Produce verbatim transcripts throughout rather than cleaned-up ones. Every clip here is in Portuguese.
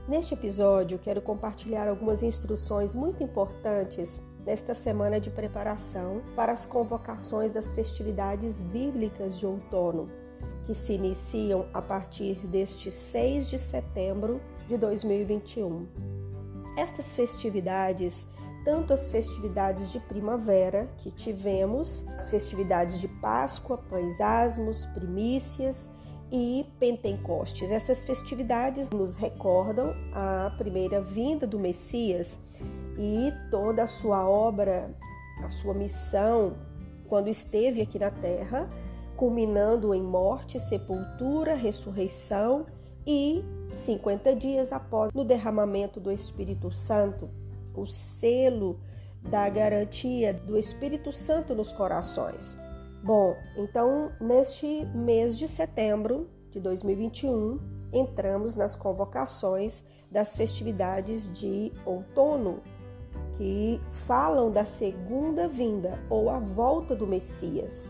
Neste episódio, quero compartilhar algumas instruções muito importantes nesta semana de preparação para as convocações das festividades bíblicas de outono, que se iniciam a partir deste seis de setembro de dois mil e vinte e um. Estas festividades, tanto as festividades de primavera que tivemos, as festividades de Páscoa, Pães Asmos, Primícias e Pentecostes. Essas festividades nos recordam a primeira vinda do Messias e toda a sua obra, a sua missão, quando esteve aqui na terra, culminando em morte, sepultura, ressurreição e cinquenta dias após no derramamento do Espírito Santo, o selo da garantia do Espírito Santo nos corações. Bom, então neste mês de setembro de dois mil e vinte e um, entramos nas convocações das festividades de outono, que falam da segunda vinda ou a volta do Messias.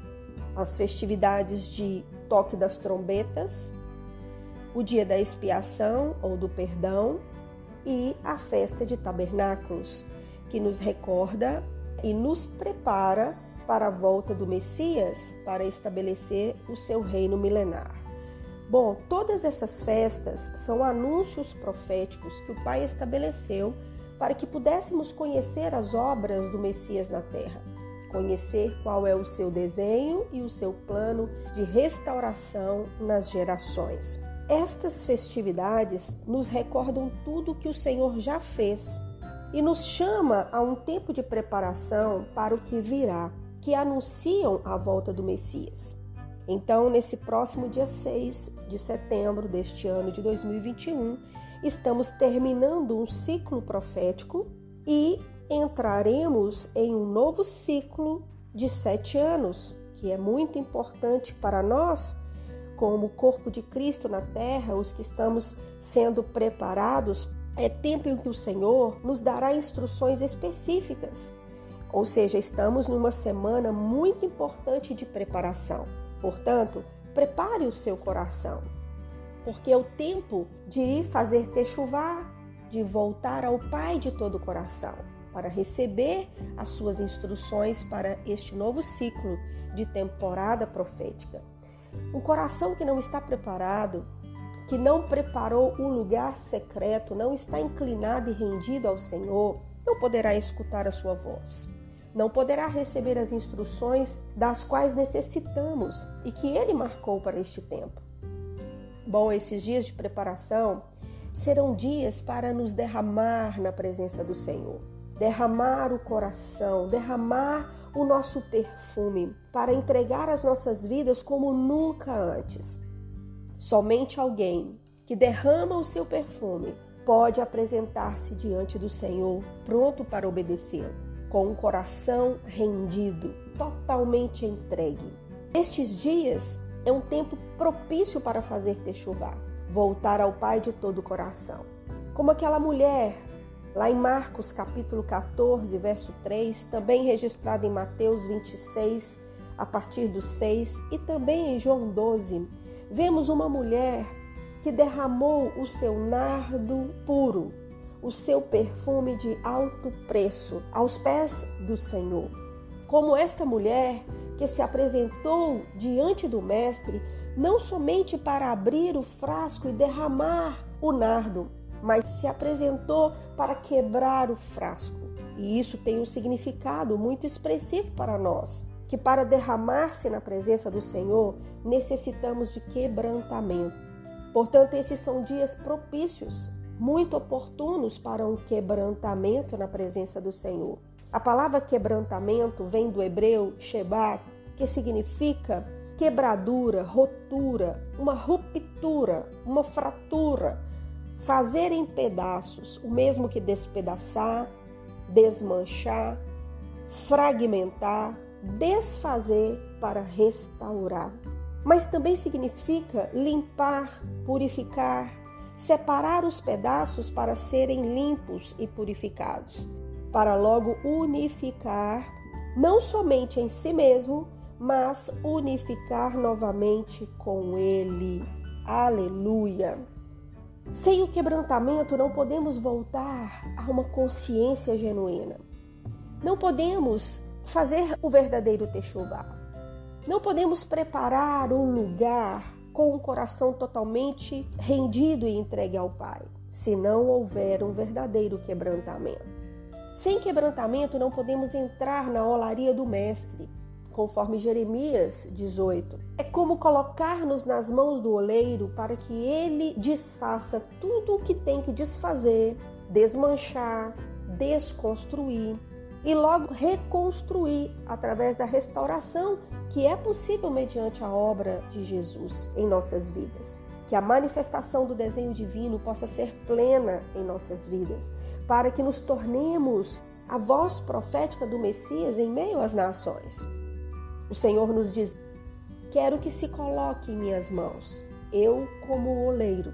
As festividades de toque das trombetas, o dia da expiação ou do perdão e a festa de tabernáculos, que nos recorda e nos prepara para a volta do Messias, para estabelecer o seu reino milenar. Bom, todas essas festas são anúncios proféticos que o Pai estabeleceu para que pudéssemos conhecer as obras do Messias na terra, conhecer qual é o seu desenho e o seu plano de restauração nas gerações. Estas festividades nos recordam tudo o que o Senhor já fez e nos chama a um tempo de preparação para o que virá, que anunciam a volta do Messias. Então, nesse próximo dia seis de setembro deste ano de dois mil e vinte e um, estamos terminando um ciclo profético e entraremos em um novo ciclo de sete anos, que é muito importante para nós, como corpo de Cristo na terra, os que estamos sendo preparados. É tempo em que o Senhor nos dará instruções específicas. Ou seja, estamos numa semana muito importante de preparação. Portanto, prepare o seu coração, porque é o tempo de fazer techuvá, de voltar ao Pai de todo o coração, para receber as suas instruções para este novo ciclo de temporada profética. Um coração que não está preparado, que não preparou um lugar secreto, não está inclinado e rendido ao Senhor, não poderá escutar a sua voz. Não poderá receber as instruções das quais necessitamos e que Ele marcou para este tempo. Bom, esses dias de preparação serão dias para nos derramar na presença do Senhor. Derramar o coração, derramar o nosso perfume, para entregar as nossas vidas como nunca antes. Somente alguém que derrama o seu perfume pode apresentar-se diante do Senhor, pronto para obedecê-lo, com um coração rendido, totalmente entregue. Estes dias é um tempo propício para fazer techuvá, voltar ao Pai de todo o coração. Como aquela mulher, lá em Marcos capítulo quatorze, verso três, também registrado em Mateus vinte e seis, a partir do seis, e também em João doze, vemos uma mulher que derramou o seu nardo puro, o seu perfume de alto preço, aos pés do Senhor. Como esta mulher que se apresentou diante do Mestre, não somente para abrir o frasco e derramar o nardo, mas se apresentou para quebrar o frasco. E isso tem um significado muito expressivo para nós, que para derramar-se na presença do Senhor, necessitamos de quebrantamento. Portanto, esses são dias propícios, muito oportunos para um quebrantamento na presença do Senhor. A palavra quebrantamento vem do hebreu shebá, que significa quebradura, rotura, uma ruptura, uma fratura, fazer em pedaços, o mesmo que despedaçar, desmanchar, fragmentar, desfazer para restaurar. Mas também significa limpar, purificar, separar os pedaços para serem limpos e purificados, para logo unificar, não somente em si mesmo, mas unificar novamente com Ele. Aleluia! Sem o quebrantamento, não podemos voltar a uma consciência genuína. Não podemos fazer o verdadeiro techuvá. Não podemos preparar um lugar com um coração totalmente rendido e entregue ao Pai, se não houver um verdadeiro quebrantamento. Sem quebrantamento, não podemos entrar na olaria do Mestre, conforme Jeremias dezoito. É como colocar-nos nas mãos do oleiro para que ele desfaça tudo o que tem que desfazer, desmanchar, desconstruir e logo reconstruir através da restauração que é possível mediante a obra de Jesus em nossas vidas. Que a manifestação do desenho divino possa ser plena em nossas vidas, para que nos tornemos a voz profética do Messias em meio às nações. O Senhor nos diz: quero que se coloque em minhas mãos, eu como oleiro.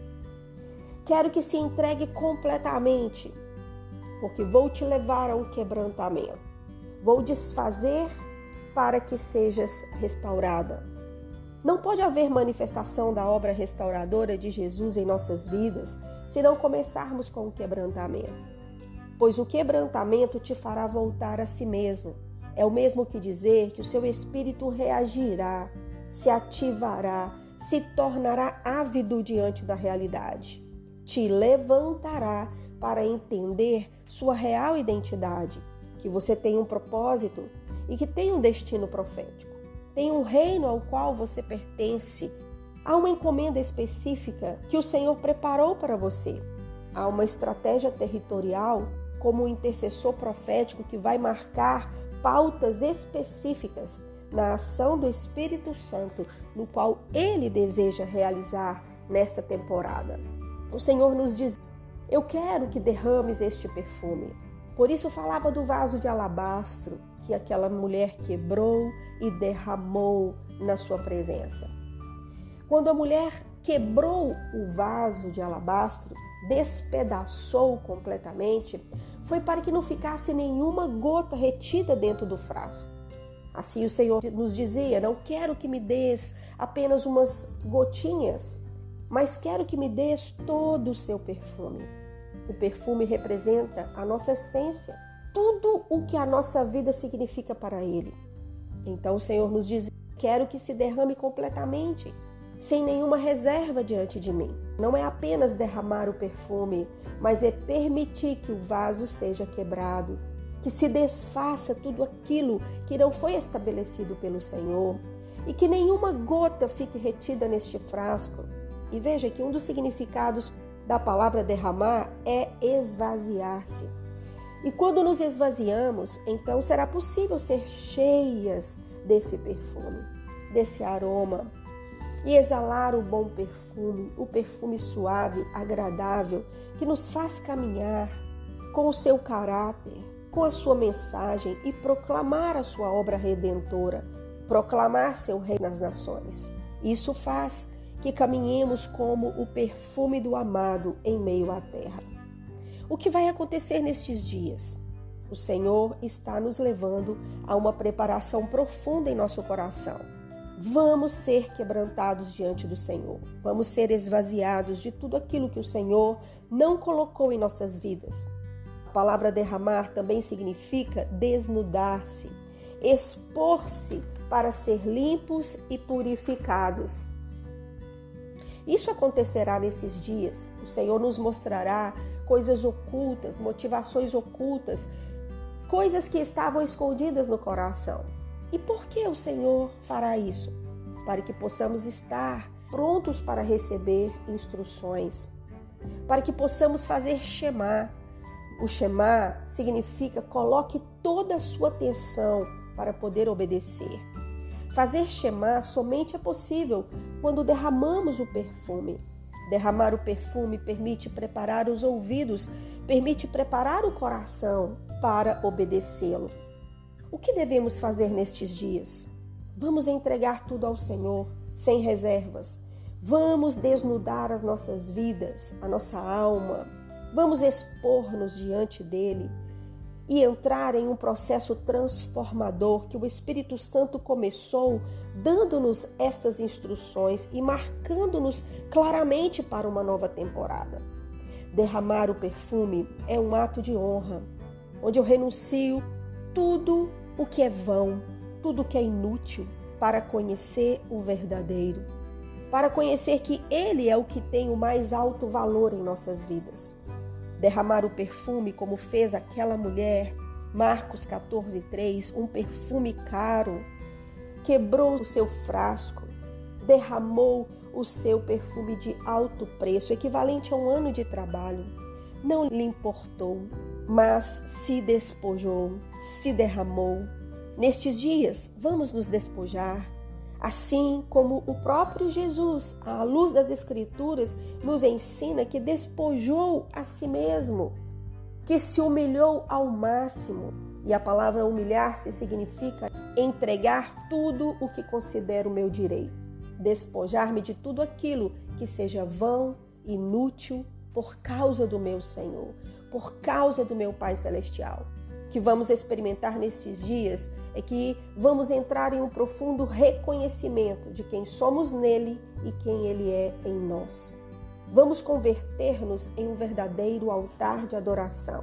Quero que se entregue completamente, porque vou te levar a um quebrantamento. Vou desfazer para que sejas restaurada. Não pode haver manifestação da obra restauradora de Jesus em nossas vidas se não começarmos com o quebrantamento. Pois o quebrantamento te fará voltar a si mesmo. É o mesmo que dizer que o seu espírito reagirá, se ativará, se tornará ávido diante da realidade. Te levantará para entender sua real identidade, que você tem um propósito e que tem um destino profético. Tem um reino ao qual você pertence. Há uma encomenda específica que o Senhor preparou para você. Há uma estratégia territorial como um intercessor profético que vai marcar pautas específicas na ação do Espírito Santo, no qual Ele deseja realizar nesta temporada. O Senhor nos diz: eu quero que derrames este perfume. Por isso falava do vaso de alabastro que aquela mulher quebrou e derramou na sua presença. Quando a mulher quebrou o vaso de alabastro, despedaçou completamente, foi para que não ficasse nenhuma gota retida dentro do frasco. Assim o Senhor nos dizia: não quero que me des apenas umas gotinhas, mas quero que me des todo o seu perfume. O perfume representa a nossa essência, tudo o que a nossa vida significa para Ele. Então o Senhor nos diz: quero que se derrame completamente, sem nenhuma reserva diante de mim. Não é apenas derramar o perfume, mas é permitir que o vaso seja quebrado, que se desfaça tudo aquilo que não foi estabelecido pelo Senhor e que nenhuma gota fique retida neste frasco. E veja que um dos significados da palavra derramar é esvaziar-se. E quando nos esvaziamos, então será possível ser cheias desse perfume, desse aroma, e exalar o bom perfume, o perfume suave, agradável, que nos faz caminhar com o seu caráter, com a sua mensagem e proclamar a sua obra redentora, proclamar seu reino nas nações. Isso faz que caminhemos como o perfume do amado em meio à terra. O que vai acontecer nestes dias? O Senhor está nos levando a uma preparação profunda em nosso coração. Vamos ser quebrantados diante do Senhor. Vamos ser esvaziados de tudo aquilo que o Senhor não colocou em nossas vidas. A palavra derramar também significa desnudar-se, expor-se para ser limpos e purificados. Isso acontecerá nesses dias. O Senhor nos mostrará coisas ocultas, motivações ocultas, coisas que estavam escondidas no coração. E por que o Senhor fará isso? Para que possamos estar prontos para receber instruções, para que possamos fazer Shema. O Shema significa coloque toda a sua atenção para poder obedecer. Fazer Shema somente é possível quando derramamos o perfume. Derramar o perfume permite preparar os ouvidos, permite preparar o coração para obedecê-lo. O que devemos fazer nestes dias? Vamos entregar tudo ao Senhor, sem reservas. Vamos desnudar as nossas vidas, a nossa alma. Vamos expor-nos diante dele. e entrar em um processo transformador que o Espírito Santo começou dando-nos estas instruções e marcando-nos claramente para uma nova temporada. Derramar o perfume é um ato de honra, onde eu renuncio tudo o que é vão, tudo o que é inútil, para conhecer o verdadeiro, para conhecer que Ele é o que tem o mais alto valor em nossas vidas. Derramar o perfume como fez aquela mulher, Marcos catorze, três, um perfume caro, quebrou o seu frasco, derramou o seu perfume de alto preço, equivalente a um ano de trabalho. Não lhe importou, mas se despojou, se derramou. Nestes dias, vamos nos despojar, assim como o próprio Jesus, à luz das Escrituras, nos ensina que despojou a si mesmo, que se humilhou ao máximo. E a palavra humilhar-se significa entregar tudo o que considero meu direito, despojar-me de tudo aquilo que seja vão, inútil, por causa do meu Senhor, por causa do meu Pai Celestial. O que vamos experimentar nestes dias é que vamos entrar em um profundo reconhecimento de quem somos nele e quem ele é em nós. Vamos converter-nos em um verdadeiro altar de adoração.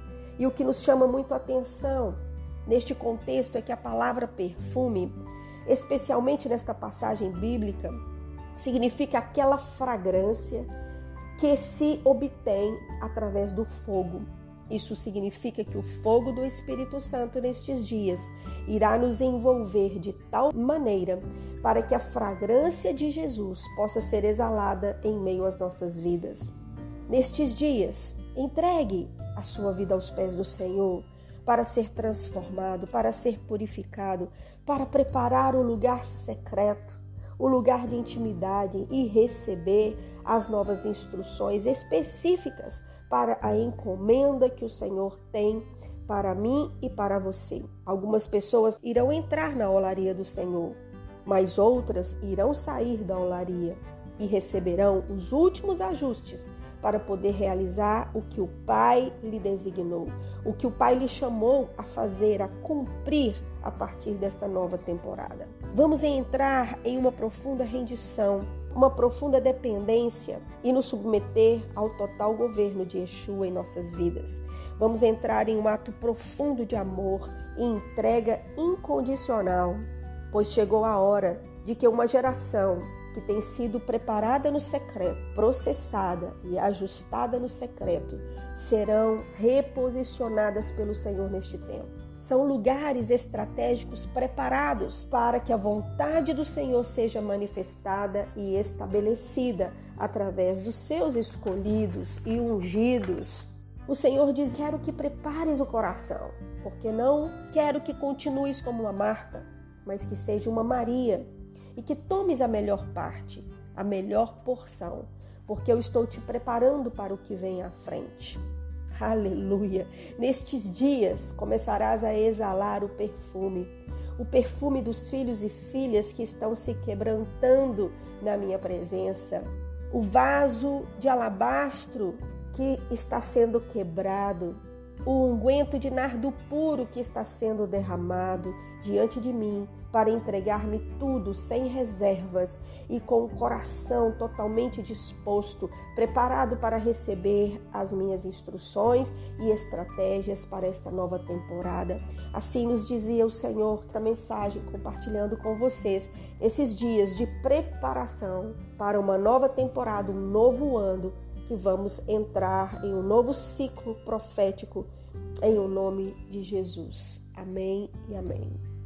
E o que nos chama muito a atenção neste contexto é que a palavra perfume, especialmente nesta passagem bíblica, significa aquela fragrância que se obtém através do fogo. Isso significa que o fogo do Espírito Santo nestes dias irá nos envolver de tal maneira para que a fragrância de Jesus possa ser exalada em meio às nossas vidas. Nestes dias, entregue a sua vida aos pés do Senhor para ser transformado, para ser purificado, para preparar o lugar secreto, o lugar de intimidade e receber as novas instruções específicas para a encomenda que o Senhor tem para mim e para você. Algumas pessoas irão entrar na olaria do Senhor, mas outras irão sair da olaria e receberão os últimos ajustes para poder realizar o que o Pai lhe designou, o que o Pai lhe chamou a fazer, a cumprir a partir desta nova temporada. Vamos entrar em uma profunda rendição, uma profunda dependência e nos submeter ao total governo de Yeshua em nossas vidas. Vamos entrar em um ato profundo de amor e entrega incondicional, pois chegou a hora de que uma geração que tem sido preparada no secreto, processada e ajustada no secreto, serão reposicionadas pelo Senhor neste tempo. São lugares estratégicos preparados para que a vontade do Senhor seja manifestada e estabelecida através dos seus escolhidos e ungidos. O Senhor diz: quero que prepares o coração, porque não quero que continues como uma Marta, mas que seja uma Maria e que tomes a melhor parte, a melhor porção, porque eu estou te preparando para o que vem à frente. Aleluia! Nestes dias começarás a exalar o perfume, o perfume dos filhos e filhas que estão se quebrantando na minha presença, o vaso de alabastro que está sendo quebrado, o unguento de nardo puro que está sendo derramado diante de mim para entregar-me tudo sem reservas e com o coração totalmente disposto, preparado para receber as minhas instruções e estratégias para esta nova temporada. Assim nos dizia o Senhor, esta mensagem, compartilhando com vocês esses dias de preparação para uma nova temporada, um novo ano, que vamos entrar em um novo ciclo profético em o nome de Jesus. Amém e amém.